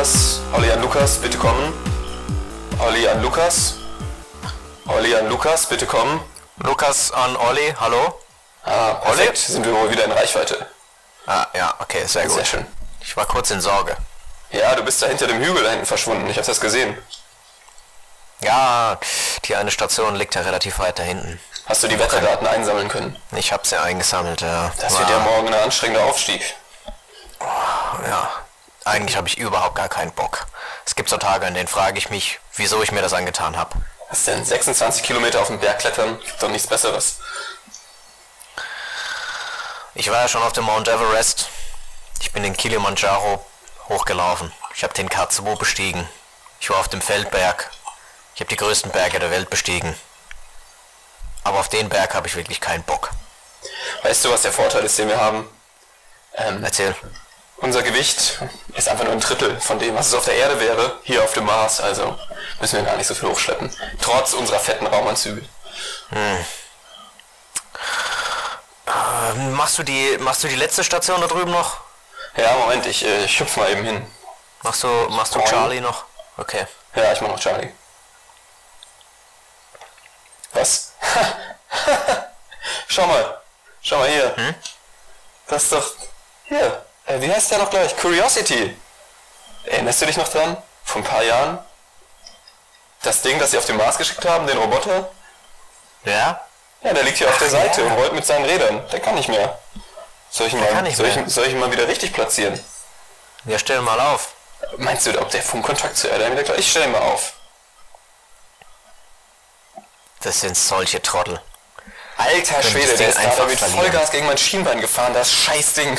Lukas. Olli an Lukas, bitte kommen. Olli an Lukas. Olli an Lukas, bitte kommen. Lukas an Olli, hallo? Perfekt, Olli? Sind wir wohl wieder in Reichweite. Ja, okay, sehr gut. Sehr schön. Ich war kurz in Sorge. Ja, du bist da hinter dem Hügel da hinten verschwunden, ich hab's das gesehen. Ja, die eine Station liegt ja relativ weit da hinten. Hast du die Wetterdaten einsammeln können? Ich hab's ja eingesammelt, ja. Das wird ja morgen ein anstrengender Aufstieg. Ja, eigentlich habe ich überhaupt gar keinen Bock. Es gibt so Tage, an denen frage ich mich, wieso ich mir das angetan habe. Was ist denn 26 Kilometer auf den Berg klettern? Gibt doch nichts Besseres. Ich war ja schon auf dem Mount Everest. Ich bin den Kilimanjaro hochgelaufen. Ich habe den K2 bestiegen. Ich war auf dem Feldberg. Ich habe die größten Berge der Welt bestiegen. Aber auf den Berg habe ich wirklich keinen Bock. Weißt du, was der Vorteil ist, den wir haben? Erzähl. Unser Gewicht ist einfach nur ein Drittel von dem, was es auf der Erde wäre, hier auf dem Mars. Also müssen wir gar nicht so viel hochschleppen. Trotz unserer fetten Raumanzüge. Machst du die letzte Station da drüben noch? Ja, Moment, ich hüpf mal eben hin. Machst du Charlie noch? Okay. Ja, ich mach noch Charlie. Was? Schau mal hier. Das ist doch... Hier. Wie heißt der noch gleich? Curiosity. Erinnerst du dich noch dran? Vor ein paar Jahren? Das Ding, das sie auf den Mars geschickt haben, den Roboter? Ja? Ja, der liegt hier auf der Seite und rollt mit seinen Rädern. Der kann nicht mehr. Soll ich ihn mal wieder richtig platzieren? Ja, stell ihn mal auf. Meinst du, ob der Funkkontakt zu Erde wieder gleich? Ich stell ihn mal auf. Das sind solche Trottel. Alter Schwede, der ist gerade mit Vollgas gegen mein Schienbein gefahren, das Scheißding.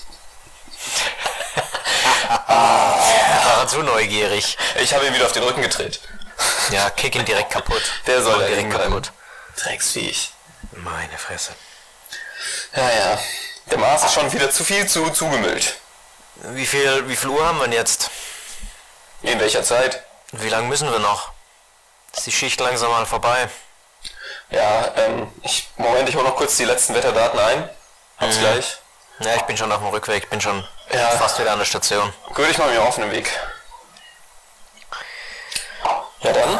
War zu neugierig. Ich habe ihn wieder auf den Rücken gedreht. Ja, kick ihn direkt kaputt. Der soll direkt kaputt. Drecksviech. Meine Fresse. Ja. Der Mars ist schon wieder zu viel zugemüllt. Wie viel Uhr haben wir denn jetzt? In welcher Zeit? Wie lange müssen wir noch? Ist die Schicht langsam mal vorbei? Ja, ich hole noch kurz die letzten Wetterdaten ein. Hab's gleich. Ja, ich bin schon auf dem Rückweg, ich bin schon Ja. fast wieder an der Station. Gut, ich mache mir auf den Weg. Ja dann.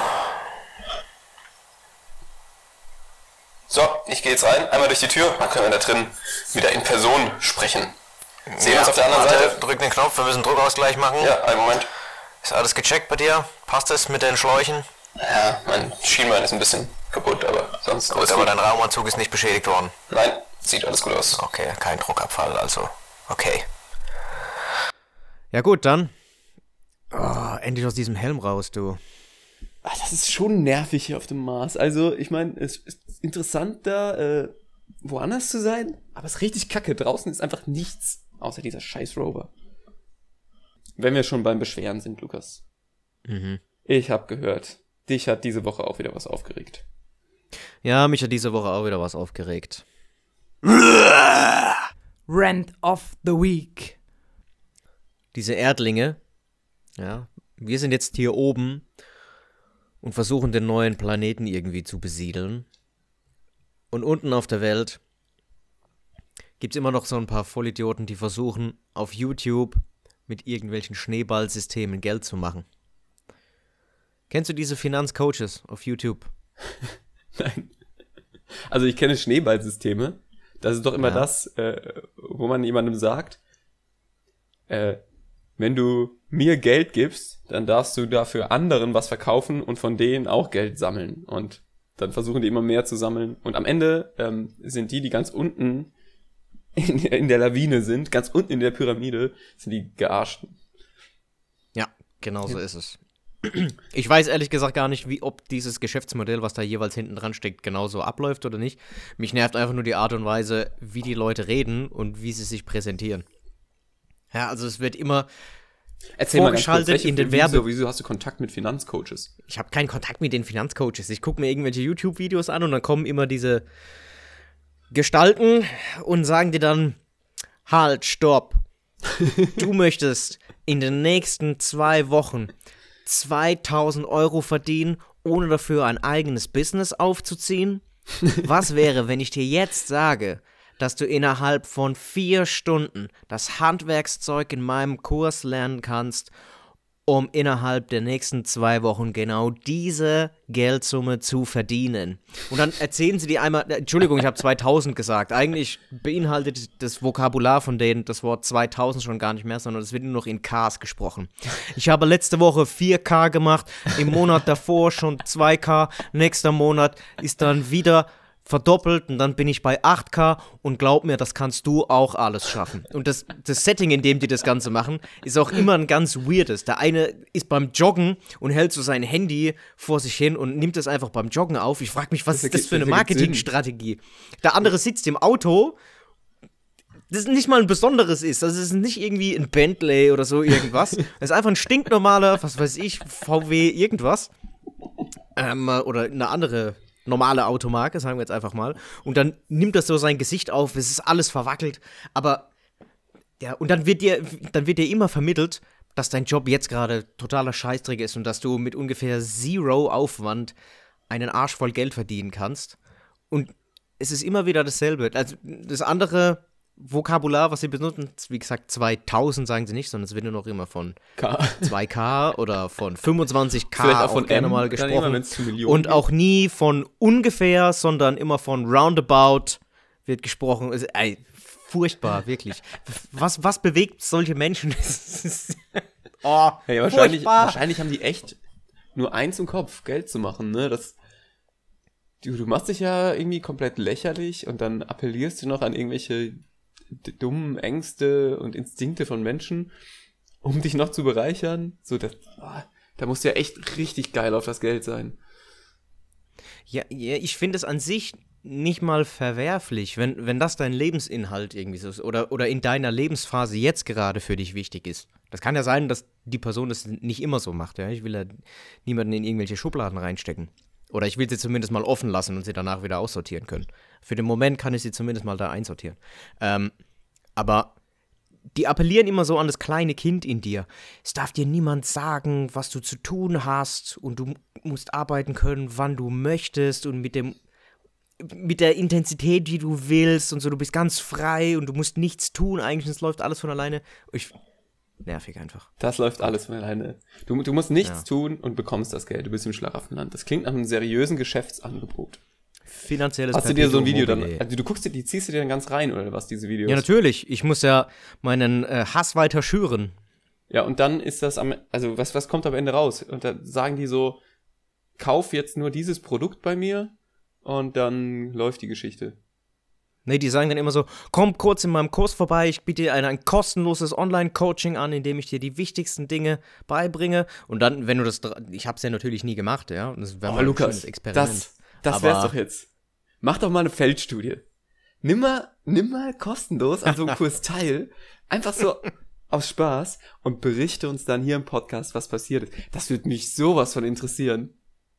So, ich gehe jetzt rein, einmal durch die Tür, dann können wir da drin wieder in Person sprechen. Sehen wir uns auf der anderen Seite. Drück den Knopf, wir müssen Druckausgleich machen. Ja, einen Moment. Ist alles gecheckt bei dir? Passt es mit den Schläuchen? Ja, mein Schienbein ist ein bisschen kaputt, aber sonst Gut, alles aber gut. dein Raumanzug ist nicht beschädigt worden. Nein, sieht alles gut aus. Okay, kein Druckabfall, also okay. Ja gut, dann. Oh, endlich aus diesem Helm raus, du. Das ist schon nervig hier auf dem Mars. Also, ich meine, es ist interessant da, woanders zu sein, aber es ist richtig kacke. Draußen ist einfach nichts, außer dieser scheiß Rover. Wenn wir schon beim Beschweren sind, Lukas. Ich habe gehört, dich hat diese Woche auch wieder was aufgeregt. Ja, mich hat diese Woche auch wieder was aufgeregt. Rant of the Week. Diese Erdlinge, ja, wir sind jetzt hier oben und versuchen den neuen Planeten irgendwie zu besiedeln. Und unten auf der Welt gibt's immer noch so ein paar Vollidioten, die versuchen, auf YouTube mit irgendwelchen Schneeballsystemen Geld zu machen. Kennst du diese Finanzcoaches auf YouTube? Nein. Also ich kenne Schneeballsysteme. Das ist doch immer Ja. das, wo man jemandem sagt, wenn du mir Geld gibst, dann darfst du dafür anderen was verkaufen und von denen auch Geld sammeln. Und dann versuchen die immer mehr zu sammeln. Und am Ende sind die ganz unten in der Lawine sind, ganz unten in der Pyramide, sind die Gearschten. Ja, genau so ist es. Ich weiß ehrlich gesagt gar nicht, ob dieses Geschäftsmodell, was da jeweils hinten dran steckt, genauso abläuft oder nicht. Mich nervt einfach nur die Art und Weise, wie die Leute reden und wie sie sich präsentieren. Ja, also es wird immer Erzähl mal ganz kurz, vorgeschaltet in den Werbe... wieso hast du Kontakt mit Finanzcoaches? Ich habe keinen Kontakt mit den Finanzcoaches. Ich gucke mir irgendwelche YouTube-Videos an und dann kommen immer diese Gestalten und sagen dir dann, halt, stopp. Du möchtest in den nächsten 2 Wochen 2.000 Euro verdienen, ohne dafür ein eigenes Business aufzuziehen? Was wäre, wenn ich dir jetzt sage, dass du innerhalb von 4 Stunden das Handwerkszeug in meinem Kurs lernen kannst um innerhalb der nächsten 2 Wochen genau diese Geldsumme zu verdienen. Und dann erzählen sie dir einmal, Entschuldigung, ich habe 2000 gesagt, eigentlich beinhaltet das Vokabular von denen das Wort 2000 schon gar nicht mehr, sondern es wird nur noch in Ks gesprochen. Ich habe letzte Woche 4K gemacht, im Monat davor schon 2K, nächster Monat ist dann wieder verdoppelt und dann bin ich bei 8K und glaub mir, das kannst du auch alles schaffen. Und das Setting, in dem die das Ganze machen, ist auch immer ein ganz weirdes. Der eine ist beim Joggen und hält so sein Handy vor sich hin und nimmt es einfach beim Joggen auf. Ich frage mich, was ist das für eine Marketingstrategie? Der andere sitzt im Auto, das nicht mal ein besonderes ist. Also es ist nicht irgendwie ein Bentley oder so irgendwas. Es ist einfach ein stinknormaler, was weiß ich, VW irgendwas. Oder eine andere normale Automarke, sagen wir jetzt einfach mal. Und dann nimmt das so sein Gesicht auf, es ist alles verwackelt. Aber, ja, und dann wird dir immer vermittelt, dass dein Job jetzt gerade totaler Scheißdreck ist und dass du mit ungefähr 0 Aufwand einen Arsch voll Geld verdienen kannst. Und es ist immer wieder dasselbe. Also das andere Vokabular, was sie benutzen, wie gesagt, 2000 sagen sie nicht, sondern es wird nur noch immer von 2K oder von 25K vielleicht auch von gerne M, mal dann gesprochen. immer, zu Millionen Und geht. auch nie von ungefähr, sondern immer von roundabout wird gesprochen. Furchtbar, wirklich. Was bewegt solche Menschen? Oh, Hey, wahrscheinlich haben die echt nur eins im Kopf, Geld zu machen, ne? Du machst dich ja irgendwie komplett lächerlich und dann appellierst du noch an irgendwelche dummen Ängste und Instinkte von Menschen, um dich noch zu bereichern. So, da musst du ja echt richtig geil auf das Geld sein. Ja, ich finde es an sich nicht mal verwerflich, wenn das dein Lebensinhalt irgendwie so ist oder in deiner Lebensphase jetzt gerade für dich wichtig ist. Das kann ja sein, dass die Person das nicht immer so macht. Ja? Ich will ja niemanden in irgendwelche Schubladen reinstecken. Oder ich will sie zumindest mal offen lassen und sie danach wieder aussortieren können. Für den Moment kann ich sie zumindest mal da einsortieren. Aber die appellieren immer so an das kleine Kind in dir. Es darf dir niemand sagen, was du zu tun hast und du musst arbeiten können, wann du möchtest und mit der Intensität, die du willst und so. Du bist ganz frei und du musst nichts tun. Eigentlich, es läuft alles von alleine. Nervig einfach. Das läuft alles von alleine. Du musst nichts tun und bekommst das Geld. Du bist im Schlaraffenland. Das klingt nach einem seriösen Geschäftsangebot. Finanzielles Hast du dir so ein Video Perpetuum dann, mobile. also ziehst du dir dann ganz rein, oder was, diese Videos? Ja, natürlich. Ich muss ja meinen Hass weiter schüren. Ja, und dann ist das also was kommt am Ende raus? Und da sagen die so, kauf jetzt nur dieses Produkt bei mir und dann läuft die Geschichte. Nee, die sagen dann immer so, komm kurz in meinem Kurs vorbei, ich biete dir ein kostenloses Online-Coaching an, in dem ich dir die wichtigsten Dinge beibringe. Und dann, wenn du das, ich hab's ja natürlich nie gemacht, ja. Und das wäre mal ein schönes Experiment. Das wär's doch jetzt. Mach doch mal eine Feldstudie. Nimm mal kostenlos an so einem Kurs teil, einfach so aus Spaß und berichte uns dann hier im Podcast, was passiert ist. Das würde mich sowas von interessieren.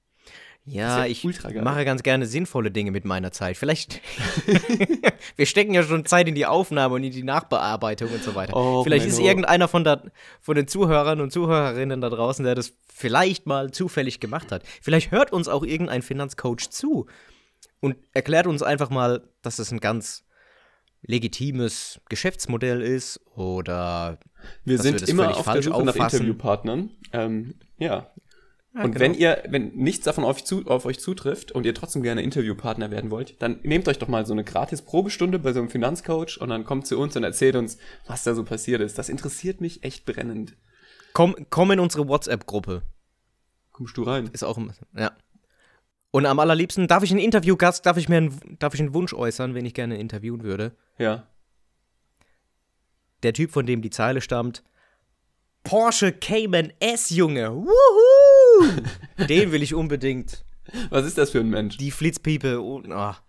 Ja, ich mache ganz gerne sinnvolle Dinge mit meiner Zeit. Vielleicht, wir stecken ja schon Zeit in die Aufnahme und in die Nachbearbeitung und so weiter. Vielleicht ist irgendeiner von den Zuhörern und Zuhörerinnen da draußen, der das vielleicht mal zufällig gemacht hat. Vielleicht hört uns auch irgendein Finanzcoach zu und erklärt uns einfach mal, dass das ein ganz legitimes Geschäftsmodell ist oder wir sind das immer völlig auf der falsch Suche nach auffassen. Interviewpartnern. Ja, und genau. wenn nichts davon auf euch zutrifft und ihr trotzdem gerne Interviewpartner werden wollt, dann nehmt euch doch mal so eine gratis Probestunde bei so einem Finanzcoach und dann kommt zu uns und erzählt uns, was da so passiert ist. Das interessiert mich echt brennend. Komm in unsere WhatsApp-Gruppe. Kommst du rein? Ist auch ja. Und am allerliebsten, darf ich einen Interviewgast, darf ich einen Wunsch äußern, wen ich gerne interviewen würde? Ja. Der Typ, von dem die Zeile stammt, Porsche Cayman S, Junge, wuhu! Den will ich unbedingt. Was ist das für ein Mensch? Die Flitzpiepe, das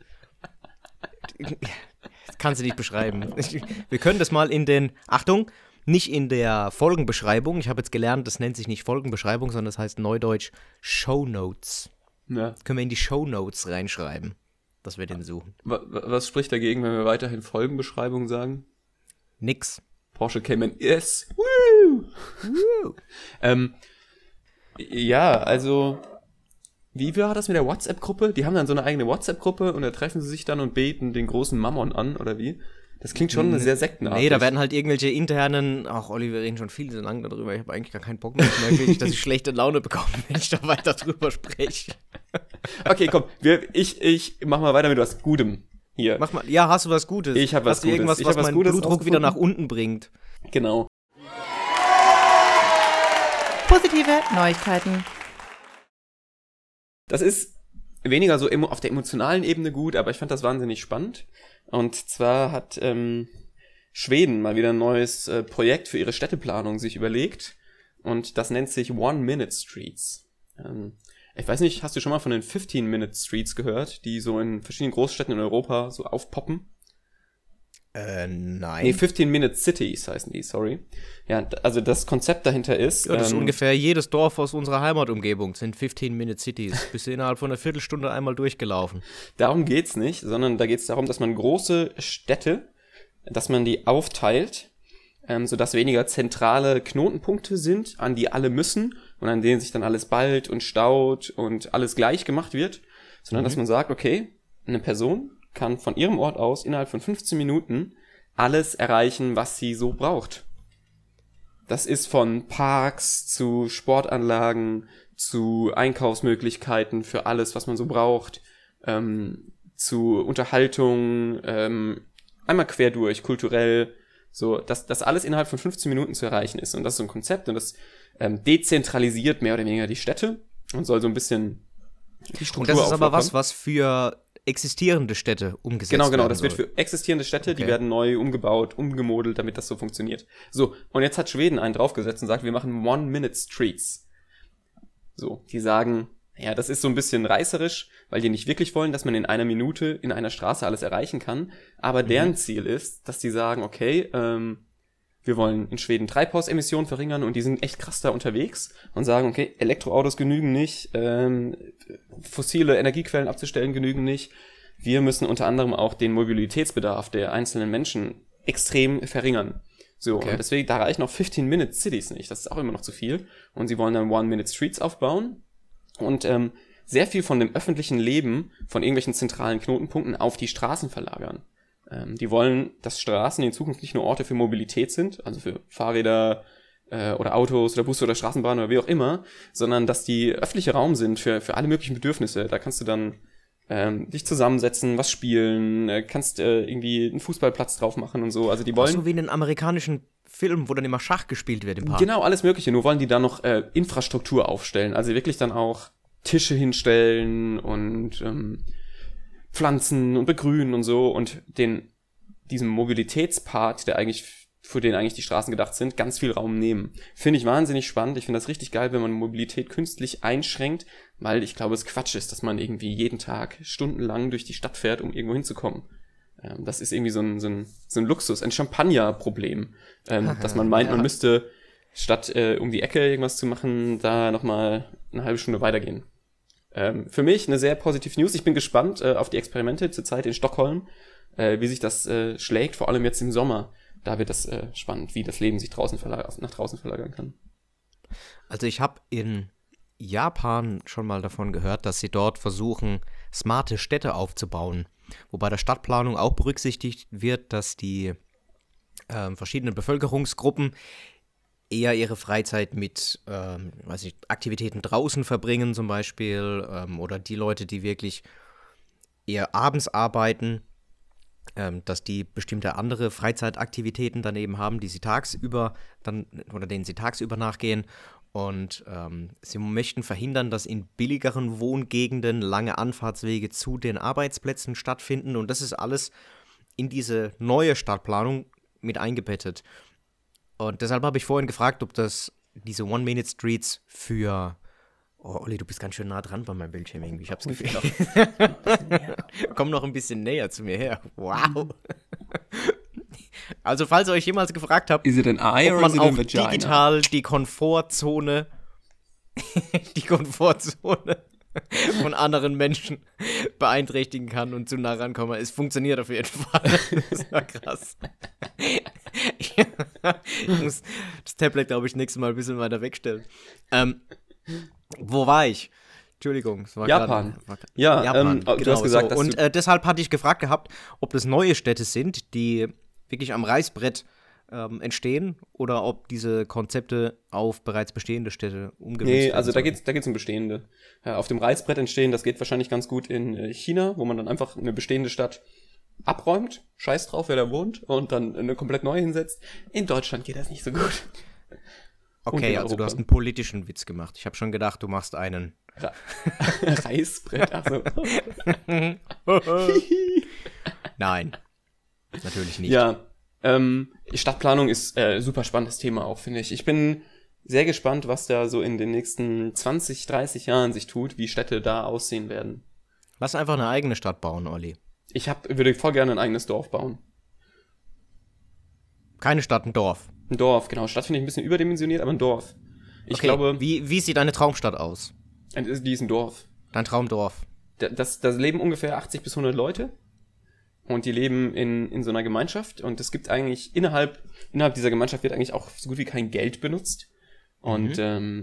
kannst du nicht beschreiben. Wir können das mal Achtung, nicht in der Folgenbeschreibung, ich habe jetzt gelernt, das nennt sich nicht Folgenbeschreibung, sondern das heißt neudeutsch Shownotes. Ja. Das können wir in die Shownotes reinschreiben, dass wir den suchen. Was spricht dagegen, wenn wir weiterhin Folgenbeschreibung sagen? Nix. Porsche Cayman S. Woo! Ja, also, wie war das mit der WhatsApp-Gruppe? Die haben dann so eine eigene WhatsApp-Gruppe und da treffen sie sich dann und beten den großen Mammon an, oder wie? Das klingt schon sehr sektenartig. Nee, da werden halt irgendwelche internen, ach Olli, wir reden schon viel zu lange darüber, ich habe eigentlich gar keinen Bock mehr, ich merke wirklich, dass ich schlechte Laune bekomme, wenn ich da weiter drüber spreche. Okay, komm, ich mach mal weiter mit was Gutem hier. Mach mal, ja, hast du was Gutes? Ich habe was Hast du irgendwas, Gutes. was meinen Blutdruck wieder nach unten bringt? Genau. Positive Neuigkeiten. Das ist weniger so auf der emotionalen Ebene gut, aber ich fand das wahnsinnig spannend. Und zwar hat Schweden mal wieder ein neues Projekt für ihre Städteplanung sich überlegt. Und das nennt sich One-Minute-Streets. Ich weiß nicht, hast du schon mal von den 15-Minute-Streets gehört, die so in verschiedenen Großstädten in Europa so aufpoppen? Nein. Nee, 15-Minute-Cities heißen die, sorry. Ja, also das Konzept dahinter ist... Ja, das ist ungefähr jedes Dorf aus unserer Heimatumgebung, sind 15-Minute-Cities. Bist du innerhalb von einer Viertelstunde einmal durchgelaufen. Darum geht's nicht, sondern da geht's darum, dass man große Städte, dass man die aufteilt, sodass weniger zentrale Knotenpunkte sind, an die alle müssen und an denen sich dann alles ballt und staut und alles gleich gemacht wird, sondern dass man sagt, okay, eine Person kann von ihrem Ort aus innerhalb von 15 Minuten alles erreichen, was sie so braucht. Das ist von Parks zu Sportanlagen, zu Einkaufsmöglichkeiten für alles, was man so braucht, zu Unterhaltung, einmal quer durch, kulturell, so, dass alles innerhalb von 15 Minuten zu erreichen ist. Und das ist so ein Konzept und das dezentralisiert mehr oder weniger die Städte und soll so ein bisschen die Struktur Und das ist aber auflockern. was für existierende Städte umgesetzt Genau, werden das wird soll. für existierende Städte, Okay. die werden neu umgebaut, umgemodelt, damit das so funktioniert. So, und jetzt hat Schweden einen draufgesetzt und sagt, wir machen One-Minute-Streets. So, die sagen, ja, das ist so ein bisschen reißerisch, weil die nicht wirklich wollen, dass man in einer Minute in einer Straße alles erreichen kann. Aber deren Ziel ist, dass die sagen, okay, wir wollen in Schweden Treibhausemissionen verringern und die sind echt krass da unterwegs und sagen, okay, Elektroautos genügen nicht, fossile Energiequellen abzustellen genügen nicht. Wir müssen unter anderem auch den Mobilitätsbedarf der einzelnen Menschen extrem verringern. So, Okay. und deswegen, da reichen auch 15-Minute-Cities nicht. Das ist auch immer noch zu viel. Und sie wollen dann One-Minute-Streets aufbauen und sehr viel von dem öffentlichen Leben von irgendwelchen zentralen Knotenpunkten auf die Straßen verlagern. Die wollen, dass Straßen in Zukunft nicht nur Orte für Mobilität sind, also für Fahrräder oder Autos oder Busse oder Straßenbahnen oder wie auch immer, sondern dass die öffentliche Raum sind für alle möglichen Bedürfnisse. Da kannst du dann dich zusammensetzen, was spielen, kannst irgendwie einen Fußballplatz drauf machen und so. Also die wollen... So wie in den amerikanischen Filmen, wo dann immer Schach gespielt wird im Park. Genau, alles Mögliche. Nur wollen die da noch Infrastruktur aufstellen. Also wirklich dann auch Tische hinstellen und Pflanzen und begrünen und so und diesem Mobilitätspart, für den eigentlich die Straßen gedacht sind, ganz viel Raum nehmen. Finde ich wahnsinnig spannend. Ich finde das richtig geil, wenn man Mobilität künstlich einschränkt, weil ich glaube, es Quatsch ist, dass man irgendwie jeden Tag stundenlang durch die Stadt fährt, um irgendwo hinzukommen. Das ist irgendwie so ein Luxus, ein Champagner-Problem, dass man meint, man müsste statt um die Ecke irgendwas zu machen, da nochmal eine halbe Stunde weitergehen. Für mich eine sehr positive News. Ich bin gespannt auf die Experimente zurzeit in Stockholm, wie sich das schlägt, vor allem jetzt im Sommer. Da wird das spannend, wie das Leben sich nach draußen verlagern kann. Also ich habe in Japan schon mal davon gehört, dass sie dort versuchen, smarte Städte aufzubauen. Wo bei der Stadtplanung auch berücksichtigt wird, dass die verschiedenen Bevölkerungsgruppen eher ihre Freizeit mit Aktivitäten draußen verbringen zum Beispiel oder die Leute, die wirklich eher abends arbeiten, dass die bestimmte andere Freizeitaktivitäten daneben haben, die sie tagsüber denen sie tagsüber nachgehen. Und sie möchten verhindern, dass in billigeren Wohngegenden lange Anfahrtswege zu den Arbeitsplätzen stattfinden. Und das ist alles in diese neue Stadtplanung mit eingebettet. Und deshalb habe ich vorhin gefragt, ob diese One-Minute-Streets für... Oh, Olli, du bist ganz schön nah dran bei meinem Bildschirm irgendwie. Ich hab's Gefühl. Komm noch ein bisschen näher zu mir her. Wow. Also, falls ihr euch jemals gefragt habt, Is it an eye ob or man is it a auch vagina? digital die Komfortzone von anderen Menschen beeinträchtigen kann und zu nah rankommen. Es funktioniert auf jeden Fall. Das war krass. Ich muss das Tablet, glaube ich, nächstes Mal ein bisschen weiter wegstellen. Wo war ich? Entschuldigung. Es war Japan. Japan, du hast gesagt, so. Und deshalb hatte ich gefragt gehabt, ob das neue Städte sind, die wirklich am Reißbrett entstehen oder ob diese Konzepte auf bereits bestehende Städte umgemünzt werden. Nee, also da sollen. geht's um bestehende. Ja, auf dem Reißbrett entstehen, das geht wahrscheinlich ganz gut in China, wo man dann einfach eine bestehende Stadt abräumt, scheiß drauf, wer da wohnt, und dann eine komplett neue hinsetzt. In Deutschland geht das nicht so gut. Und Okay, in also du Europa. hast einen politischen Witz gemacht. Ich habe schon gedacht, du machst einen. Reißbrett, also. Nein, natürlich nicht. Ja, Stadtplanung ist super spannendes Thema auch, finde ich. Ich bin sehr gespannt, was da so in den nächsten 20, 30 Jahren sich tut, wie Städte da aussehen werden. Lass einfach eine eigene Stadt bauen, Olli. Würde voll gerne ein eigenes Dorf bauen. Keine Stadt, ein Dorf. Ein Dorf, genau. Stadt finde ich ein bisschen überdimensioniert, aber ein Dorf. Ich Okay, glaube, wie sieht deine Traumstadt aus? die ist ein Dorf. Dein Traumdorf? Da leben ungefähr 80 bis 100 Leute. Und die leben in so einer Gemeinschaft. Und es gibt eigentlich, innerhalb dieser Gemeinschaft wird eigentlich auch so gut wie kein Geld benutzt. Und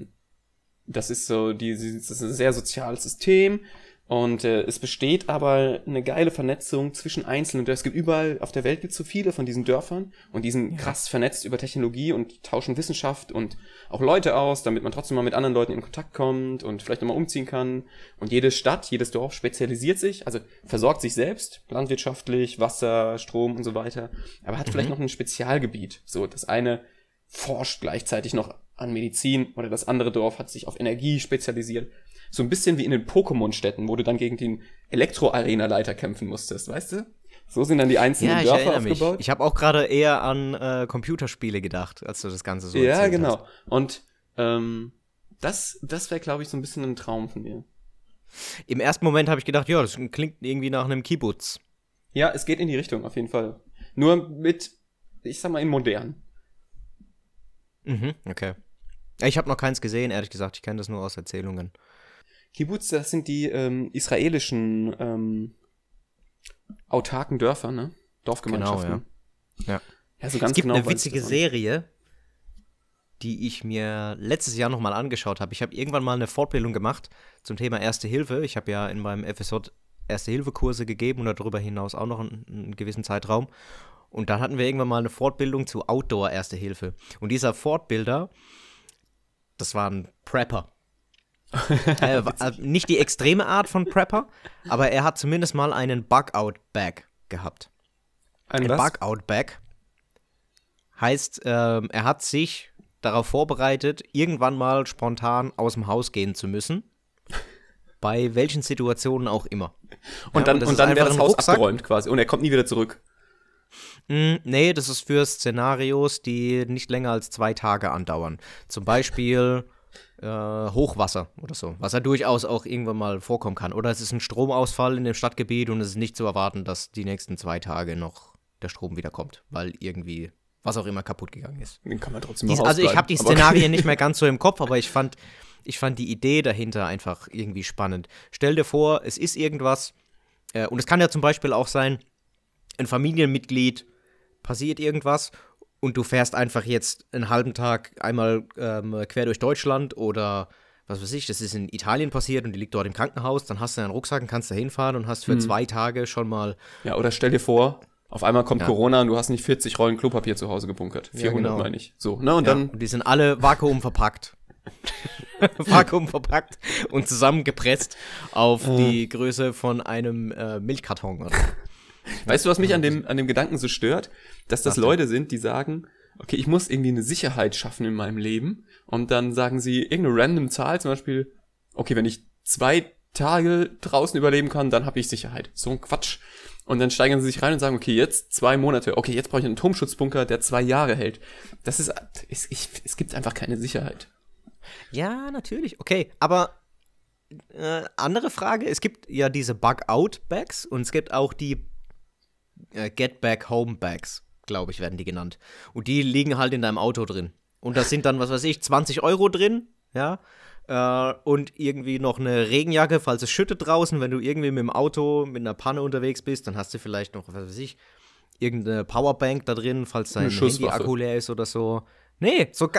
das ist so, das ist ein sehr soziales System. Und es besteht aber eine geile Vernetzung zwischen einzelnen. Es gibt überall auf der Welt so viele von diesen Dörfern. Und die sind krass vernetzt über Technologie und tauschen Wissenschaft und auch Leute aus, damit man trotzdem mal mit anderen Leuten in Kontakt kommt und vielleicht nochmal umziehen kann. Und jede Stadt, jedes Dorf spezialisiert sich, also versorgt sich selbst, landwirtschaftlich, Wasser, Strom und so weiter. Aber hat vielleicht noch ein Spezialgebiet. So, das eine forscht gleichzeitig noch an Medizin oder das andere Dorf hat sich auf Energie spezialisiert. So ein bisschen wie in den Pokémon-Städten, wo du dann gegen den Elektro-Arena-Leiter kämpfen musstest, weißt du? So sind dann die einzelnen Ja, ich Dörfer erinnere mich. aufgebaut. Ich habe auch gerade eher an Computerspiele gedacht, als du das Ganze so Ja, erzählt genau. hast. Und das wäre, glaube ich, so ein bisschen ein Traum von mir. Im ersten Moment habe ich gedacht, ja, das klingt irgendwie nach einem Kibbutz. Ja, es geht in die Richtung, auf jeden Fall. Nur mit, ich sag mal, in modern. Mhm, okay. Ich habe noch keins gesehen, ehrlich gesagt. Ich kenne das nur aus Erzählungen. Kibbutz, das sind die israelischen autarken Dörfer, ne? Dorfgemeinschaften. Genau, ja. Ja, so ganz Es gibt genau eine weiß ich witzige das auch nicht. Serie, die ich mir letztes Jahr nochmal angeschaut habe. Ich habe irgendwann mal eine Fortbildung gemacht zum Thema Erste Hilfe. Ich habe ja in meinem FSJ Erste-Hilfe-Kurse gegeben und darüber hinaus auch noch einen gewissen Zeitraum. Und dann hatten wir irgendwann mal eine Fortbildung zu Outdoor-Erste Hilfe. Und dieser Fortbilder, das war ein Prepper. Nicht die extreme Art von Prepper, aber er hat zumindest mal einen Bug-Out-Bag gehabt. Ein Ein was? Bug-Out-Bag heißt, er hat sich darauf vorbereitet, irgendwann mal spontan aus dem Haus gehen zu müssen. Bei welchen Situationen auch immer. Und Ja, dann, das und ist dann einfach wäre das ein Haus Rucksack. abgeräumt quasi. Und er kommt nie wieder zurück. Nee, das ist für Szenarios, die nicht länger als 2 Tage andauern. Zum Beispiel Hochwasser oder so, was ja durchaus auch irgendwann mal vorkommen kann. Oder es ist ein Stromausfall in dem Stadtgebiet und es ist nicht zu erwarten, dass die nächsten 2 Tage noch der Strom wieder kommt, weil irgendwie was auch immer kaputt gegangen ist. Den kann man trotzdem noch Also ich ausbleiben. habe die Aber- Szenarien nicht mehr ganz so im Kopf, aber ich fand die Idee dahinter einfach irgendwie spannend. Stell dir vor, es ist irgendwas, und es kann ja zum Beispiel auch sein, ein Familienmitglied, passiert irgendwas und du fährst einfach jetzt einen halben Tag einmal quer durch Deutschland oder was weiß ich, das ist in Italien passiert und die liegt dort im Krankenhaus, dann hast du einen Rucksack und kannst da hinfahren und hast für 2 Tage schon mal Ja, oder stell dir vor, auf einmal kommt Ja. Corona und du hast nicht 40 Rollen Klopapier zu Hause gebunkert. 400 genau. meine ich. So, ne? Und Ja, dann, und die sind alle vakuumverpackt. Vakuumverpackt und zusammengepresst auf die Größe von einem Milchkarton. Oder? weißt du, was mich an dem Gedanken so stört? Dass das Leute sind, die sagen, okay, ich muss irgendwie eine Sicherheit schaffen in meinem Leben. Und dann sagen sie irgendeine random Zahl, zum Beispiel, okay, wenn ich 2 Tage draußen überleben kann, dann habe ich Sicherheit. So ein Quatsch. Und dann steigern sie sich rein und sagen, okay, jetzt 2 Monate, okay, jetzt brauche ich einen Atomschutzbunker, der 2 Jahre hält. Es gibt einfach keine Sicherheit. Ja, natürlich. Okay, aber andere Frage, es gibt ja diese Bug-Out-Bags und es gibt auch die Get-Back-Home-Bags, glaube ich, werden die genannt. Und die liegen halt in deinem Auto drin. Und da sind dann, was weiß ich, 20 € drin, ja, und irgendwie noch eine Regenjacke, falls es schüttet draußen, wenn du irgendwie mit dem Auto mit einer Panne unterwegs bist, dann hast du vielleicht noch, was weiß ich, irgendeine Powerbank da drin, falls dein Eine Schusswaffe. Handy-Akku leer ist oder so. Nee, so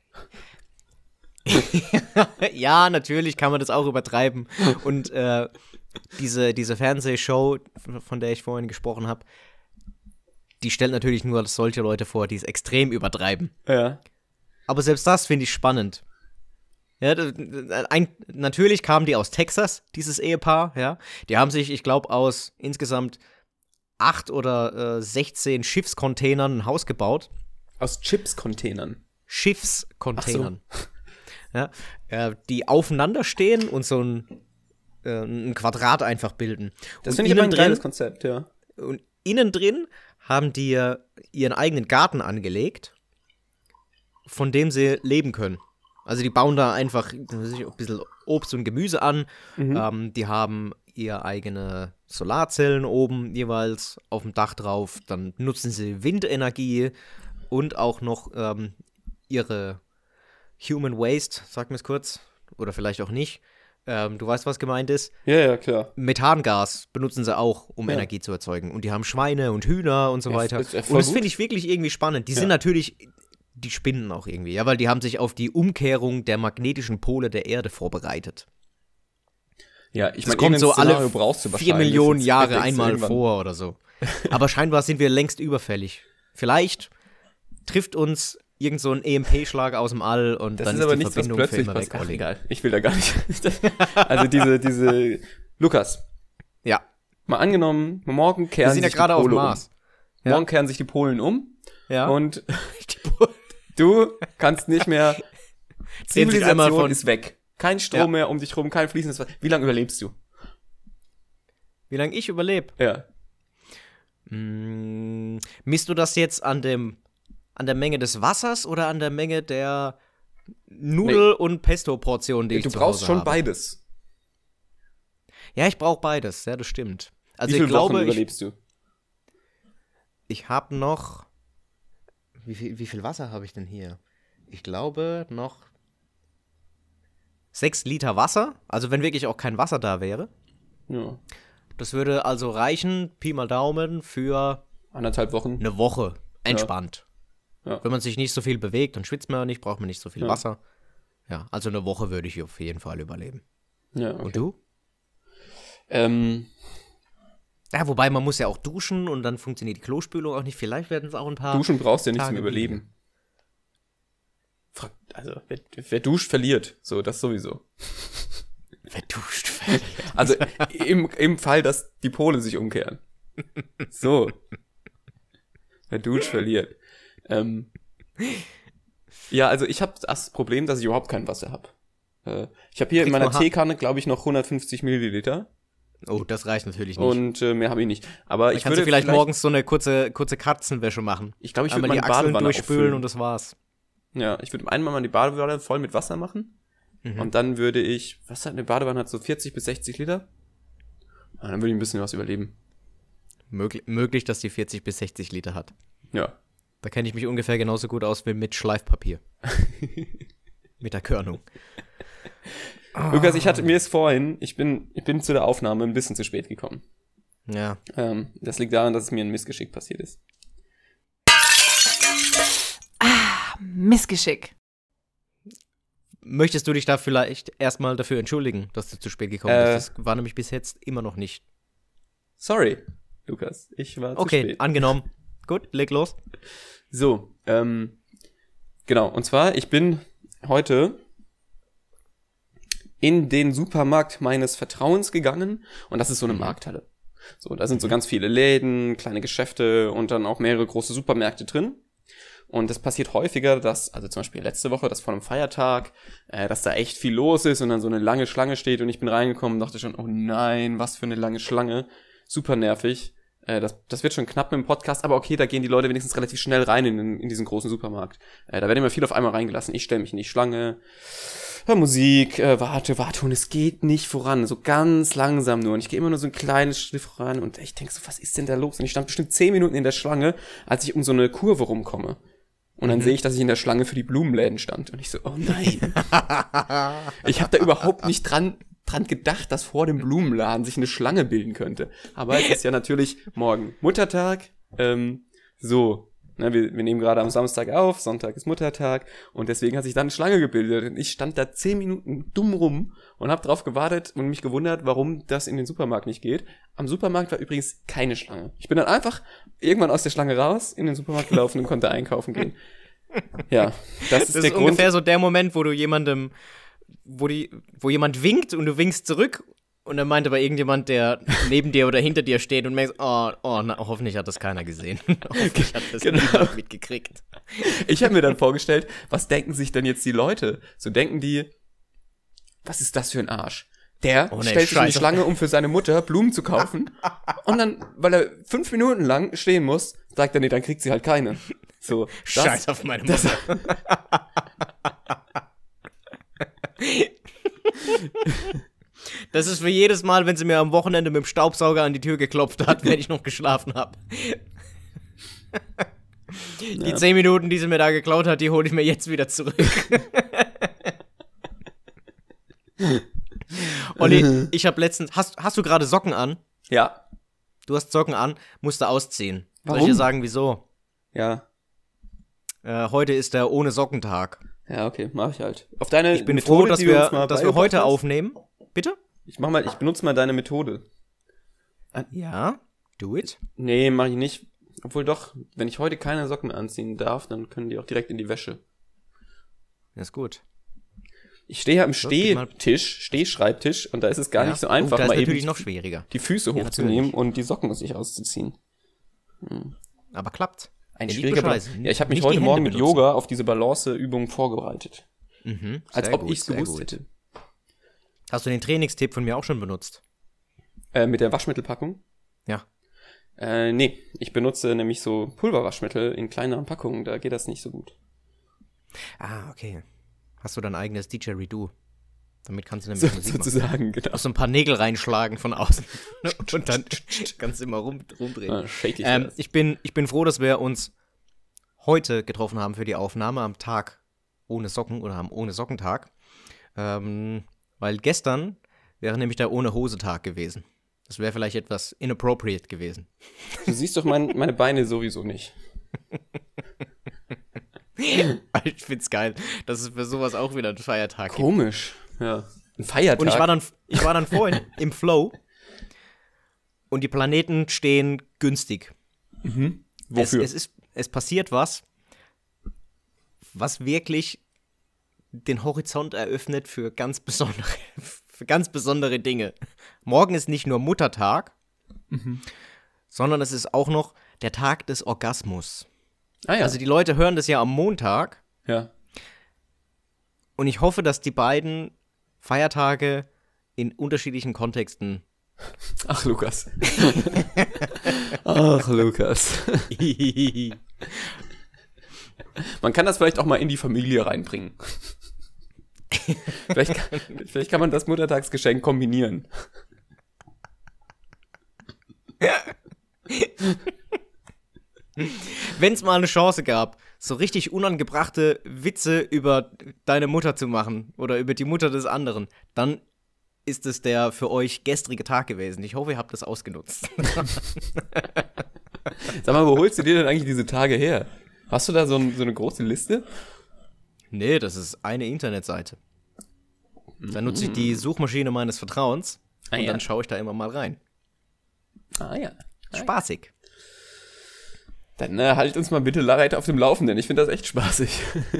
ja, natürlich kann man das auch übertreiben. Und diese Fernsehshow, von der ich vorhin gesprochen habe, die stellt natürlich nur solche Leute vor, die es extrem übertreiben. Ja. Aber selbst das finde ich spannend. Ja, natürlich kamen die aus Texas, dieses Ehepaar, ja. Die haben sich, ich glaube, aus insgesamt 8 oder 16 Schiffscontainern ein Haus gebaut. Aus Chips-Containern. Schiffscontainern. Ja, die aufeinander stehen und so ein Quadrat einfach bilden. Das Und finde ich aber ein innen geiles drin- Konzept, ja. Und innen drin haben die ihren eigenen Garten angelegt, von dem sie leben können. Also die bauen da einfach ein bisschen Obst und Gemüse an. Die haben ihre eigene Solarzellen oben jeweils auf dem Dach drauf. Dann nutzen sie Windenergie und auch noch ihre Human Waste, sag mir es kurz, oder vielleicht auch nicht. Du weißt, was gemeint ist. Ja, klar. Methangas benutzen sie auch, um Ja. Energie zu erzeugen. Und die haben Schweine und Hühner und so Ja, weiter. ist ja Und voll das gut. finde ich wirklich irgendwie spannend. Die Ja. sind natürlich, die spinnen auch irgendwie, ja, weil die haben sich auf die Umkehrung der magnetischen Pole der Erde vorbereitet. Ja, ich Das meine, kommt so alle brauchst du 4 wahrscheinlich. Millionen Jetzt Jahre denkst du einmal irgendwann- vor oder so. Aber scheinbar sind wir längst überfällig. Vielleicht trifft uns irgend so ein EMP-Schlag aus dem All und Das dann ist ist aber die nichts, was Verbindung plötzlich für immer passiert. weg. Ach, Olli. egal, ich will da gar nicht. Also diese Lukas, Ja, mal angenommen, morgen wir kehren sind ja sich die gerade auf dem Pole Mars. um. Morgen kehren sich die Polen um Ja. und du kannst nicht mehr, Drehen sich einmal Zivilisation von- ist weg. Kein Strom mehr um dich rum, kein fließendes Wasser. Wie lange überlebst du? Wie lange ich überlebe? Ja. Misst du das jetzt an der Menge des Wassers oder an der Menge der Nudel- und Pesto-Portionen, die ich Du zu brauchst Hause schon habe? beides. Ja, ich brauche beides, ja, das stimmt. Also Wie viele ich glaube, Wochen überlebst du? ich habe noch wie viel Wasser habe ich denn hier? Ich glaube noch 6 Liter Wasser, also wenn wirklich auch kein Wasser da wäre. Ja. Das würde also reichen, Pi mal Daumen, für 1,5 Wochen. eine Woche. Entspannt. Ja. Wenn man sich nicht so viel bewegt und schwitzt man nicht, braucht man nicht so viel Ja. Wasser. Ja, also eine Woche würde ich auf jeden Fall überleben. Ja, Und du? Ähm, Ja, wobei man muss ja auch duschen und dann funktioniert die Klospülung auch nicht. Vielleicht werden es auch ein paar. Duschen brauchst du ja nicht zum Tage Überleben. Also, wer duscht, verliert. So, das sowieso. Wer duscht? Also, im Fall, dass die Pole sich umkehren. So. Wer duscht, verliert. Ja, also ich habe das Problem, dass ich überhaupt kein Wasser habe. Ich habe hier in Kriegst meiner du Teekanne, glaube ich, noch 150 Milliliter. Oh, das reicht natürlich nicht. Und mehr habe ich nicht. Aber ich Kannst würde du vielleicht morgens so eine kurze Katzenwäsche machen. Ich glaube, ich würde Einmal die meine Achseln Badewanne durchspülen auffüllen. und das war's. Ja, ich würde einmal mal die Badewanne voll mit Wasser machen. Und dann würde ich, was hat eine Badewanne, hat so 40 bis 60 Liter? Ja, dann würde ich ein bisschen was überleben. Möglich, dass die 40 bis 60 Liter hat. Ja. Da kenne ich mich ungefähr genauso gut aus wie mit Schleifpapier. Mit der Körnung. Lukas, mir ist vorhin, ich bin zu der Aufnahme ein bisschen zu spät gekommen. Ja. Das liegt daran, dass es mir ein Missgeschick passiert ist. Missgeschick. Möchtest du dich da vielleicht erstmal dafür entschuldigen, dass du zu spät gekommen bist? Das war nämlich bis jetzt immer noch nicht. Sorry, Lukas, ich war zu Okay, spät. angenommen. Gut, leg los. So, genau, und zwar, ich bin heute in den Supermarkt meines Vertrauens gegangen und das ist so eine Markthalle. So, da sind so ganz viele Läden, kleine Geschäfte und dann auch mehrere große Supermärkte drin. Und es passiert häufiger, dass, also zum Beispiel letzte Woche, dass vor einem Feiertag, dass da echt viel los ist und dann so eine lange Schlange steht und ich bin reingekommen und dachte schon, oh nein, was für eine lange Schlange. Super nervig. Das wird schon knapp mit dem Podcast, aber okay, da gehen die Leute wenigstens relativ schnell rein in diesen großen Supermarkt. Da werden immer viel auf einmal reingelassen. Ich stelle mich in die Schlange, hör Musik, warte und es geht nicht voran. So ganz langsam nur. Und ich gehe immer nur so ein kleines Schritt voran und ich denke so, was ist denn da los? Und ich stand bestimmt 10 Minuten in der Schlange, als ich um so eine Kurve rumkomme. Und dann sehe ich, dass ich in der Schlange für die Blumenläden stand. Und ich so, oh nein. Ich habe da überhaupt nicht dran gedacht, dass vor dem Blumenladen sich eine Schlange bilden könnte. Aber es ist ja natürlich morgen Muttertag. So, Ne, wir nehmen gerade am Samstag auf, Sonntag ist Muttertag und deswegen hat sich dann eine Schlange gebildet. Und ich stand da 10 Minuten dumm rum und habe drauf gewartet und mich gewundert, warum das in den Supermarkt nicht geht. Am Supermarkt war übrigens keine Schlange. Ich bin dann einfach irgendwann aus der Schlange raus, in den Supermarkt gelaufen und konnte einkaufen gehen. Ja, das ist der Grund. Ungefähr so der Moment, wo du jemandem, wo jemand winkt und du winkst zurück und dann meint aber irgendjemand, der neben dir oder hinter dir steht und merkst, hoffentlich hat das keiner gesehen. Hoffentlich hat das niemand mitgekriegt. Ich habe mir dann vorgestellt, was denken sich denn jetzt die Leute? So denken die, was ist das für ein Arsch? Der stellt sich in die Schlange, um für seine Mutter Blumen zu kaufen und dann, weil er 5 Minuten lang stehen muss, sagt er, nee, dann kriegt sie halt keine. So, Scheiß auf meine Mutter. Das ist für jedes Mal, wenn sie mir am Wochenende mit dem Staubsauger an die Tür geklopft hat, wenn ich noch geschlafen habe. Die 10 Minuten, die sie mir da geklaut hat, die hole ich mir jetzt wieder zurück. Olli, ich habe letztens... Hast du gerade Socken an? Ja. Du hast Socken an, musst du ausziehen. Warum? Soll ich dir sagen, wieso? Ja. Heute ist der Ohne-Socken-Tag. Ja, okay, mach ich halt. Auf deine Ich bin Methode, froh, dass die wir uns mal heute beigebracht hast. aufnehmen. Bitte? Ich benutze mal deine Methode. Ja, do it. Nee, mach ich nicht. Obwohl doch, wenn ich heute keine Socken mehr anziehen darf, dann können die auch direkt in die Wäsche. Das ist gut. Ich stehe ja am gib mal- Stehschreibtisch und da ist es gar nicht so einfach, da ist mal natürlich eben noch schwieriger. die Füße Ja, hochzunehmen natürlich. und die Socken aus sich auszuziehen. Aber klappt. Ein Ja, die schwieriger Beweise. Ja, ich habe mich Nicht heute die Morgen Hände mit benutzen. Yoga auf diese Balanceübung vorbereitet. Mhm, Als sehr ob gut, ich es sehr gewusst gut. hätte. Hast du den Trainingstipp von mir auch schon benutzt? Mit der Waschmittelpackung? Ja. Nee, ich benutze nämlich so Pulverwaschmittel in kleineren Packungen, da geht das nicht so gut. Ah, okay. Hast du dein eigenes DJ-Redo? Damit kannst du nämlich Musik machen. Sozusagen, genau. Musst du ein paar Nägel reinschlagen von außen. Und dann kannst du immer rumdrehen. Ah, shake ich das. Ich bin froh, dass wir uns heute getroffen haben für die Aufnahme am Tag ohne Socken oder am Ohne-Socken-Tag. Weil gestern wäre nämlich der Ohne-Hose-Tag gewesen. Das wäre vielleicht etwas inappropriate gewesen. Du siehst doch meine Beine sowieso nicht. Ich find's geil, dass es für sowas auch wieder einen Feiertag gibt. Komisch. Ja. Ein Feiertag. Und ich war dann vorhin im Flow und die Planeten stehen günstig. Wofür? Es passiert was wirklich den Horizont eröffnet für ganz besondere Dinge. Morgen ist nicht nur Muttertag, sondern es ist auch noch der Tag des Orgasmus. Ah ja. Also die Leute hören das ja am Montag ja. und ich hoffe, dass die beiden Feiertage in unterschiedlichen Kontexten. Ach, Lukas. Ach, Lukas. Man kann das vielleicht auch mal in die Familie reinbringen. Vielleicht kann man das Muttertagsgeschenk kombinieren. Wenn es mal eine Chance gab, so richtig unangebrachte Witze über deine Mutter zu machen oder über die Mutter des anderen, dann ist es der für euch gestrige Tag gewesen. Ich hoffe, ihr habt das ausgenutzt. Sag mal, wo holst du dir denn eigentlich diese Tage her? Hast du da so eine große Liste? Nee, das ist eine Internetseite. Da nutze ich die Suchmaschine meines Vertrauens und dann schaue ich da immer mal rein. Ah ja. Spaßig. Dann halt uns mal bitte Lareit auf dem Laufenden. Ich finde das echt spaßig.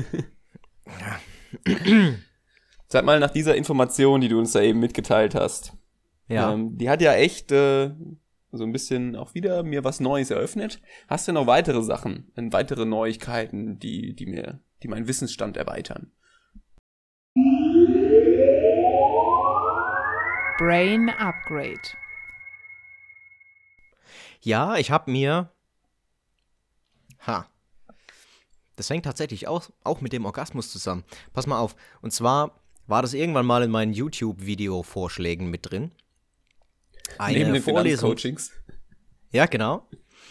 Sag mal, nach dieser Information, die du uns da eben mitgeteilt hast. Ja. Die hat ja echt so ein bisschen auch wieder mir was Neues eröffnet. Hast du noch weitere Sachen, weitere Neuigkeiten, die meinen Wissensstand erweitern? Brain Upgrade. Ja, ich habe mir. Das hängt tatsächlich auch mit dem Orgasmus zusammen. Pass mal auf. Und zwar war das irgendwann mal in meinen YouTube-Video-Vorschlägen mit drin. Neben den Vorlesung. Finanzcoachings. Ja, genau.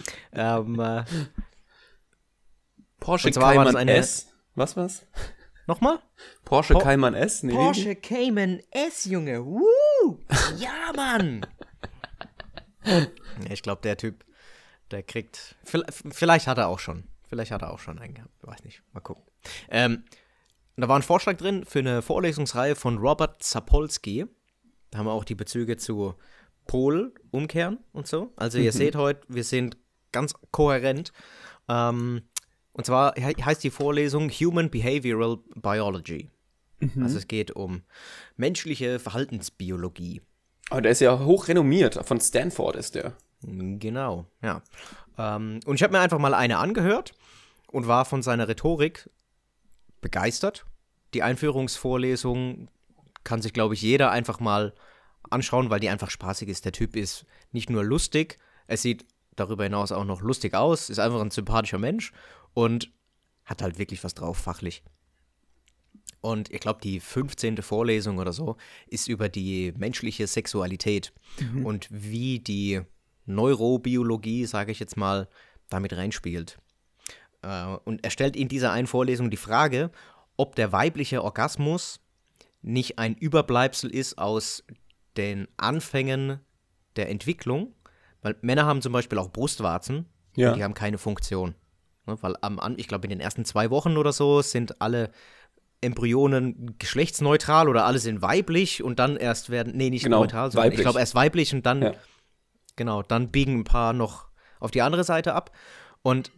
Porsche Und zwar war das Cayman eine- S. Was? Nochmal? Porsche Cayman S? Nee, Porsche Cayman S, Junge. Woo! Ja, Mann! Ja, ich glaube, der Typ, der kriegt. Vielleicht hat er auch schon. Vielleicht hat er auch schon einen gehabt, weiß nicht. Mal gucken. Da war ein Vorschlag drin für eine Vorlesungsreihe von Robert Sapolsky. Da haben wir auch die Bezüge zu Pol umkehren und so. Also ihr seht heute, wir sind ganz kohärent. Und zwar heißt die Vorlesung Human Behavioral Biology. Also es geht um menschliche Verhaltensbiologie. Aber der ist ja hoch renommiert. Von Stanford ist der. Genau, ja. Und ich habe mir einfach mal eine angehört und war von seiner Rhetorik begeistert. Die Einführungsvorlesung kann sich, glaube ich, jeder einfach mal anschauen, weil die einfach spaßig ist. Der Typ ist nicht nur lustig, er sieht darüber hinaus auch noch lustig aus, ist einfach ein sympathischer Mensch und hat halt wirklich was drauf, fachlich. Und ich glaube, die 15. Vorlesung oder so ist über die menschliche Sexualität und wie die Neurobiologie, sage ich jetzt mal, damit reinspielt. Und er stellt in dieser einen Vorlesung die Frage, ob der weibliche Orgasmus nicht ein Überbleibsel ist aus den Anfängen der Entwicklung, weil Männer haben zum Beispiel auch Brustwarzen und die haben keine Funktion. Weil ich glaube, in den ersten 2 Wochen oder so sind alle Embryonen geschlechtsneutral oder alle sind weiblich und dann erst werden, nicht neutral, sondern ich glaube erst weiblich und dann, dann biegen ein paar noch auf die andere Seite ab. Und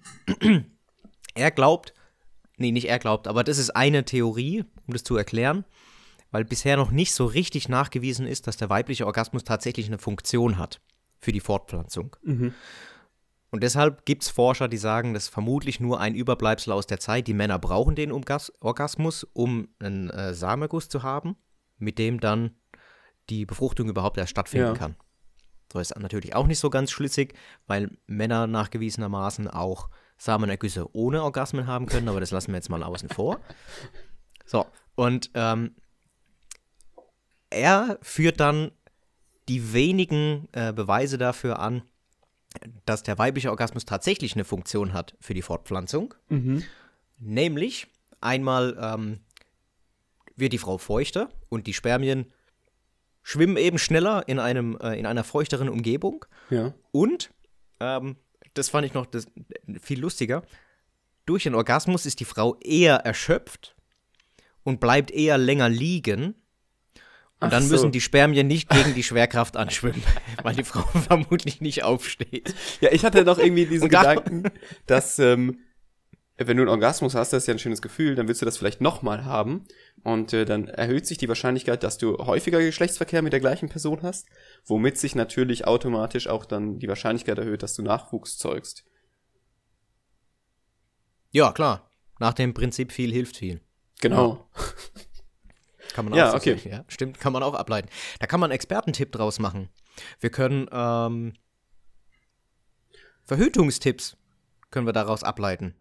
er glaubt, nicht er glaubt, aber das ist eine Theorie, um das zu erklären, weil bisher noch nicht so richtig nachgewiesen ist, dass der weibliche Orgasmus tatsächlich eine Funktion hat für die Fortpflanzung. Und deshalb gibt es Forscher, die sagen, das ist vermutlich nur ein Überbleibsel aus der Zeit. Die Männer brauchen den Orgasmus, um einen Samenerguss zu haben, mit dem dann die Befruchtung überhaupt erst stattfinden kann. So ist natürlich auch nicht so ganz schlüssig, weil Männer nachgewiesenermaßen auch Samenergüsse ohne Orgasmen haben können, aber das lassen wir jetzt mal außen vor. So, und er führt dann die wenigen Beweise dafür an, dass der weibliche Orgasmus tatsächlich eine Funktion hat für die Fortpflanzung. Nämlich, einmal wird die Frau feuchter und die Spermien schwimmen eben schneller in einer feuchteren Umgebung. Ja. Und, das fand ich noch viel lustiger, durch den Orgasmus ist die Frau eher erschöpft und bleibt eher länger liegen. Und dann müssen die Spermien nicht gegen die Schwerkraft anschwimmen, weil die Frau vermutlich nicht aufsteht. Ja, ich hatte doch irgendwie diesen Gedanken, dass wenn du einen Orgasmus hast, das ist ja ein schönes Gefühl, dann willst du das vielleicht nochmal haben und dann erhöht sich die Wahrscheinlichkeit, dass du häufiger Geschlechtsverkehr mit der gleichen Person hast, womit sich natürlich automatisch auch dann die Wahrscheinlichkeit erhöht, dass du Nachwuchs zeugst. Ja, klar. Nach dem Prinzip viel hilft viel. Genau. Kann man auch sehen. Ja, stimmt, kann man auch ableiten. Da kann man einen Expertentipp draus machen. Wir können Verhütungstipps können wir daraus ableiten.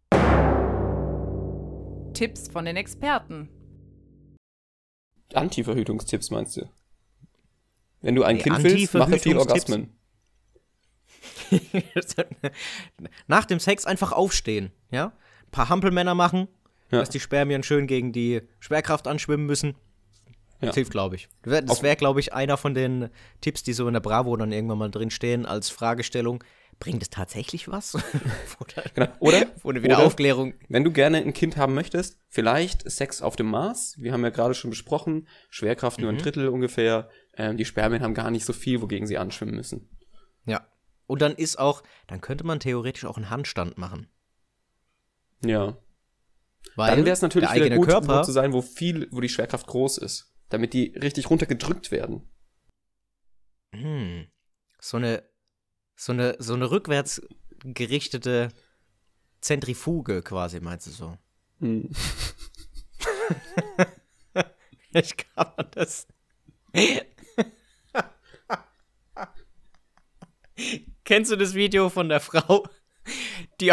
Tipps von den Experten. Anti-Verhütungstipps meinst du? Wenn du ein Kind willst, mache viel Orgasmen. Nach dem Sex einfach aufstehen, ja? Ein paar Hampelmänner machen, dass die Spermien schön gegen die Schwerkraft anschwimmen müssen. Das hilft, glaube ich. Das wäre, glaube ich, einer von den Tipps, die so in der Bravo dann irgendwann mal drin stehen als Fragestellung. Bringt es tatsächlich was? Oder wieder Aufklärung. Wenn du gerne ein Kind haben möchtest, vielleicht Sex auf dem Mars. Wir haben ja gerade schon besprochen, Schwerkraft nur 1/3 ungefähr. Die Spermien haben gar nicht so viel, wogegen sie anschwimmen müssen. Ja. Und dann könnte man theoretisch auch einen Handstand machen. Ja. Weil dann wäre es natürlich wieder gut, Körper so zu sein, wo die Schwerkraft groß ist. Damit die richtig runtergedrückt werden. So eine rückwärts gerichtete Zentrifuge quasi, meinst du so? Ich kann man das. Kennst du das Video von der Frau, die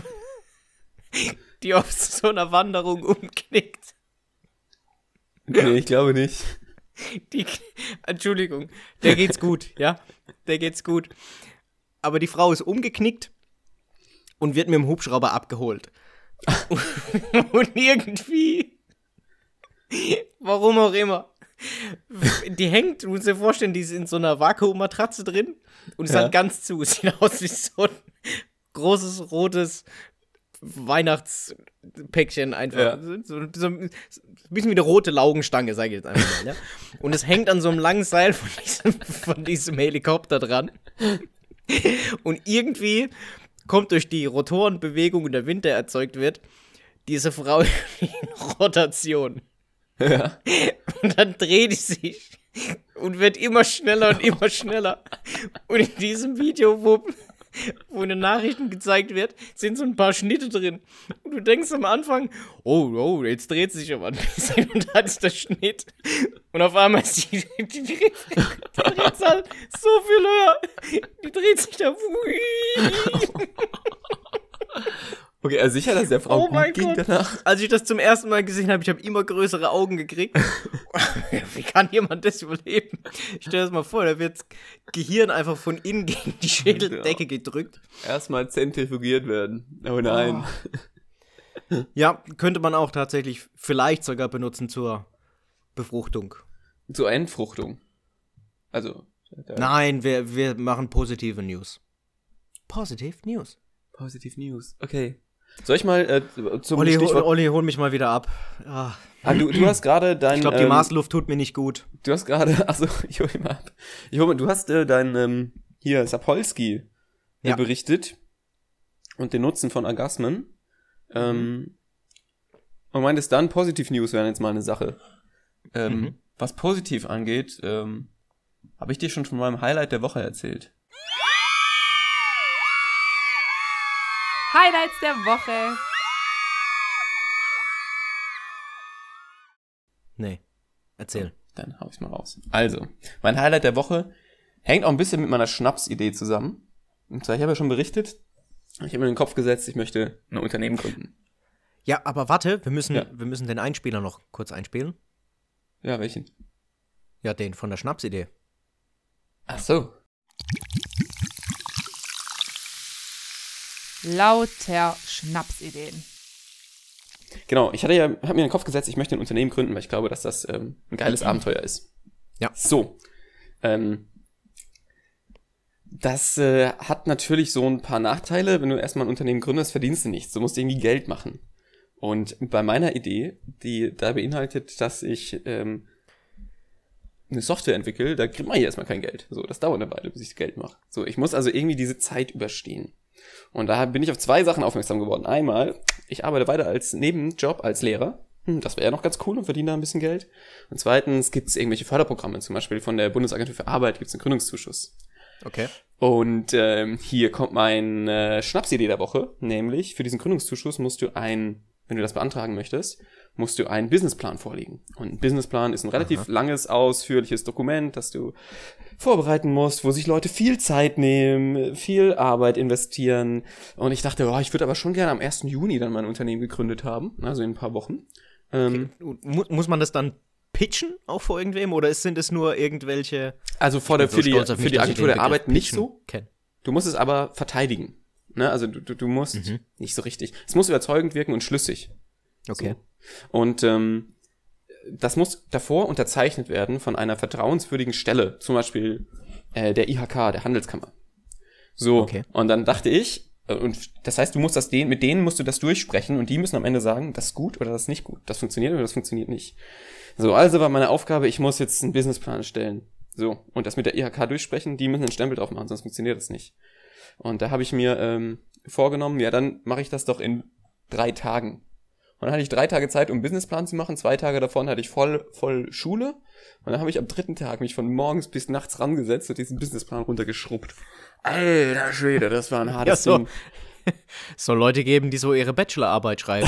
auf so einer Wanderung umknickt? Nee, ich glaube nicht. Entschuldigung, der geht's gut, ja? Der geht's gut. Aber die Frau ist umgeknickt und wird mit dem Hubschrauber abgeholt. Und irgendwie, warum auch immer, die hängt, du musst dir vorstellen, die ist in so einer Vakuummatratze drin und ist halt ganz zu. Sieht aus wie so ein großes, rotes Weihnachtspäckchen einfach. Ja. So ein bisschen wie eine rote Laugenstange, sage ich jetzt einfach mal. Ja? Und es hängt an so einem langen Seil von diesem Helikopter dran. Und irgendwie kommt durch die Rotorenbewegung und der Wind, der erzeugt wird, diese Frau in Rotation. Ja. Und dann dreht sie sich und wird immer schneller und immer schneller. Und in diesem Video, wo in den Nachrichten gezeigt wird, sind so ein paar Schnitte drin. Und du denkst am Anfang, oh, jetzt dreht sie sich aber ein bisschen und dann ist der Schnitt. Und auf einmal ist die dreht halt so viel höher. Die dreht sich da. Okay, also sicher, dass der Frau Oh mein gut ging Gott. danach. Als ich das zum ersten Mal gesehen habe, ich habe immer größere Augen gekriegt. Wie kann jemand das überleben? Stell dir das mal vor, da wird das Gehirn einfach von innen gegen die Schädeldecke gedrückt. Erstmal zentrifugiert werden. Oh nein. Ja, könnte man auch tatsächlich vielleicht sogar benutzen zur Befruchtung. Zur Entfruchtung. Also. Nein, wir machen positive News. Positive News. Positive News. Okay. Soll ich mal zum Olli, Stichwort... Olli, hol mich mal wieder ab. Ah, du hast gerade dein... ich glaube, die Marsluft tut mir nicht gut. Du hast gerade... Achso, ich hol ihn mal ab. Du hast dein... hier, Sapolsky berichtet. Und den Nutzen von Orgasmen. Und meintest dann, Positive News wären jetzt mal eine Sache. Was positiv angeht, habe ich dir schon von meinem Highlight der Woche erzählt. Highlights der Woche. Nee, erzähl. Dann hau ich's mal raus. Also, mein Highlight der Woche hängt auch ein bisschen mit meiner Schnapsidee zusammen. Und zwar, ich habe ja schon berichtet, ich habe mir in den Kopf gesetzt, ich möchte ein Unternehmen gründen. Ja, aber warte, wir müssen den Einspieler noch kurz einspielen. Ja, welchen? Ja, den von der Schnapsidee. Ach so. Lauter Schnapsideen. Genau, habe mir in den Kopf gesetzt, ich möchte ein Unternehmen gründen, weil ich glaube, dass das ein geiles Abenteuer ist. Ja. So. Das hat natürlich so ein paar Nachteile. Wenn du erstmal ein Unternehmen gründest, verdienst du nichts. Du musst irgendwie Geld machen. Und bei meiner Idee, die da beinhaltet, dass ich eine Software entwickle, da kriegt man hier erstmal kein Geld. So, das dauert eine Weile, bis ich Geld mache. So, ich muss also irgendwie diese Zeit überstehen. Und da bin ich auf 2 Sachen aufmerksam geworden. Einmal, ich arbeite weiter als Nebenjob als Lehrer. Das wäre ja noch ganz cool und verdiene da ein bisschen Geld. Und zweitens gibt es irgendwelche Förderprogramme. Zum Beispiel von der Bundesagentur für Arbeit gibt es einen Gründungszuschuss. Okay. Und hier kommt meine Schnapsidee der Woche. Nämlich, für diesen Gründungszuschuss musst du wenn du das beantragen möchtest, musst du einen Businessplan vorlegen. Und ein Businessplan ist ein relativ langes, ausführliches Dokument, das du vorbereiten musst, wo sich Leute viel Zeit nehmen, viel Arbeit investieren. Und ich dachte, ich würde aber schon gerne am 1. Juni dann mein Unternehmen gegründet haben, also in ein paar Wochen. Okay. Muss man das dann pitchen auch vor irgendwem oder sind es nur irgendwelche... Also für die Agentur der Arbeit nicht so. Du musst es aber verteidigen. Ne? Also du musst nicht so richtig. Es muss überzeugend wirken und schlüssig. Okay. So. Und das muss davor unterzeichnet werden von einer vertrauenswürdigen Stelle, zum Beispiel der IHK, der Handelskammer. So, okay. Und dann dachte ich, und das heißt, mit denen musst du das durchsprechen und die müssen am Ende sagen, das ist gut oder das ist nicht gut, das funktioniert oder das funktioniert nicht. So, also war meine Aufgabe, ich muss jetzt einen Businessplan erstellen. So, und das mit der IHK durchsprechen, die müssen einen Stempel drauf machen, sonst funktioniert das nicht. Und da habe ich mir vorgenommen, ja, dann mache ich das doch in 3 Tagen. Und dann hatte ich 3 Tage Zeit, um einen Businessplan zu machen. 2 Tage davon hatte ich voll Schule. Und dann habe ich am 3. Tag mich von morgens bis nachts rangesetzt und diesen Businessplan runtergeschrubbt. Alter Schwede, das war ein hartes Ding. Es soll Leute geben, die so ihre Bachelorarbeit schreiben.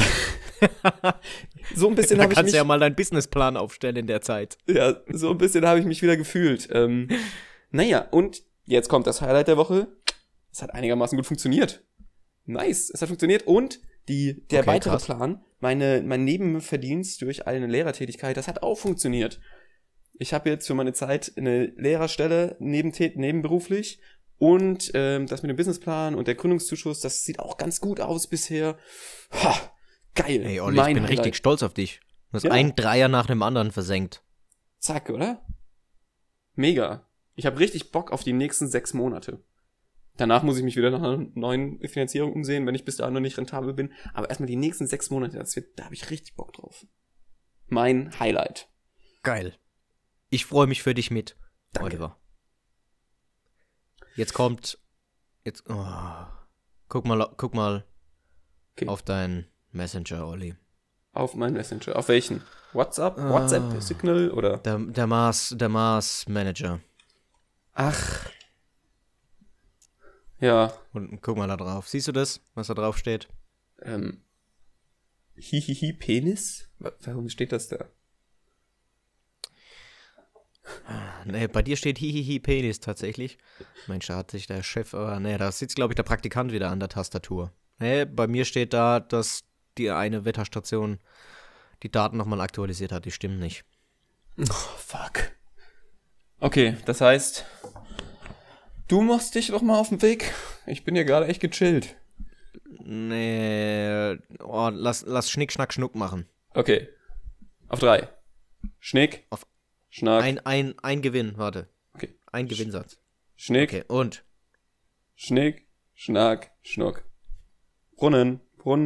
So ein bisschen habe ich kannst du ja mal deinen Businessplan aufstellen in der Zeit. Ja, so ein bisschen habe ich mich wieder gefühlt. Naja, und jetzt kommt das Highlight der Woche. Es hat einigermaßen gut funktioniert. Nice, es hat funktioniert. Und der weitere Plan, mein Nebenverdienst durch eine Lehrertätigkeit, das hat auch funktioniert. Ich habe jetzt für meine Zeit eine Lehrerstelle nebenberuflich und das mit dem Businessplan und der Gründungszuschuss, das sieht auch ganz gut aus bisher. Ha, geil. Hey Olli, ich bin richtig stolz auf dich. Du hast einen Dreier nach dem anderen versenkt. Zack, oder? Mega. Ich habe richtig Bock auf die nächsten 6 Monate. Danach muss ich mich wieder nach einer neuen Finanzierung umsehen, wenn ich bis dahin noch nicht rentabel bin. Aber erstmal die nächsten 6 Monate, da habe ich richtig Bock drauf. Mein Highlight. Geil. Ich freue mich für dich mit, Danke. Oliver. Jetzt kommt... Guck mal Okay. auf deinen Messenger, Olli. Auf meinen Messenger. Auf welchen? WhatsApp? WhatsApp? Signal? Oder? Der Mars Manager. Ach. Ja. Und guck mal da drauf. Siehst du das, was da drauf steht? Hihihi, Penis? Warum steht das da? Nee, bei dir steht Hihihi Penis tatsächlich. Mensch, da hat sich der Chef, aber nee, da sitzt, glaube ich, der Praktikant wieder an der Tastatur. Nee, bei mir steht da, dass die eine Wetterstation die Daten nochmal aktualisiert hat. Die stimmen nicht. Oh, fuck. Okay, das heißt, du machst dich doch mal auf den Weg. Ich bin hier gerade echt gechillt. Nee, lass Schnick, Schnack, Schnuck machen. Okay. Auf 3. Schnick. Auf Schnack. Ein Gewinn, warte. Okay. Ein Gewinnsatz. Schnick. Okay, und? Schnick. Schnack. Schnuck. Brunnen.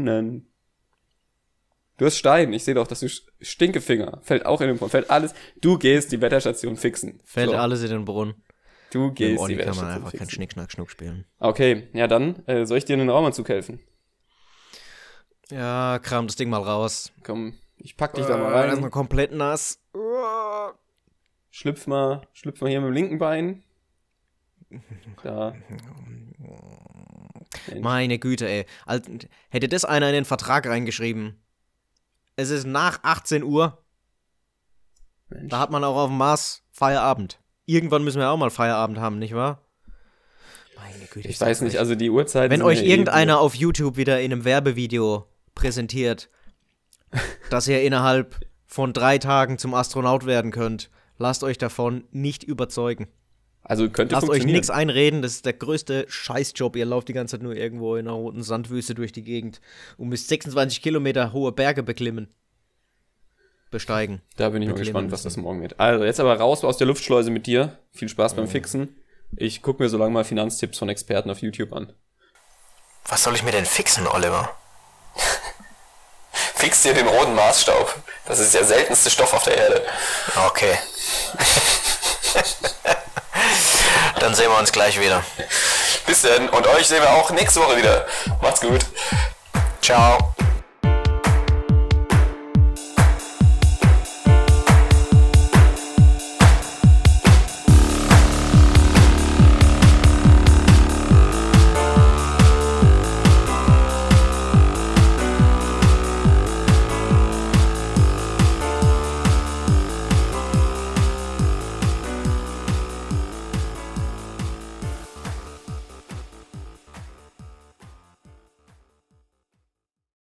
Du hast Stein. Ich sehe doch, dass du Stinkefinger. Fällt auch in den Brunnen. Fällt alles. Du gehst die Wetterstation fixen. Fällt So. alles in den Brunnen. Du Mit dem gehst die Olli kann man Wetterstation einfach kein fixen. Schnick, Schnack, Schnuck spielen. Okay, ja dann, soll ich dir in den Raumanzug helfen? Ja, kram das Ding mal raus. Komm, ich pack dich da mal Das ist rein. noch komplett nass. Schlüpf mal hier mit dem linken Bein. Da. Meine Güte, ey. Hätte das einer in den Vertrag reingeschrieben. Es ist nach 18 Uhr. Mensch. Da hat man auch auf dem Mars Feierabend. Irgendwann müssen wir auch mal Feierabend haben, nicht wahr? Meine Güte. Ich weiß nicht, also die Uhrzeit. Wenn euch irgendeiner auf YouTube wieder in einem Werbevideo präsentiert, dass ihr innerhalb von 3 Tagen zum Astronaut werden könnt, lasst euch davon nicht überzeugen. Also könnte Lasst euch funktionieren. nichts einreden, das ist der größte Scheißjob. Ihr lauft die ganze Zeit nur irgendwo in einer roten Sandwüste durch die Gegend und müsst 26 Kilometer hohe Berge besteigen. Da bin ich mal Beklimmen gespannt, was müssen. das morgen wird. Also jetzt aber raus aus der Luftschleuse mit dir. Viel Spaß beim Fixen. Ich gucke mir so lange mal Finanztipps von Experten auf YouTube an. Was soll ich mir denn fixen, Oliver? Fix dir den roten Marsstaub. Das ist der seltenste Stoff auf der Erde. Okay. Dann sehen wir uns gleich wieder. Bis dann. Und euch sehen wir auch nächste Woche wieder. Macht's gut. Ciao.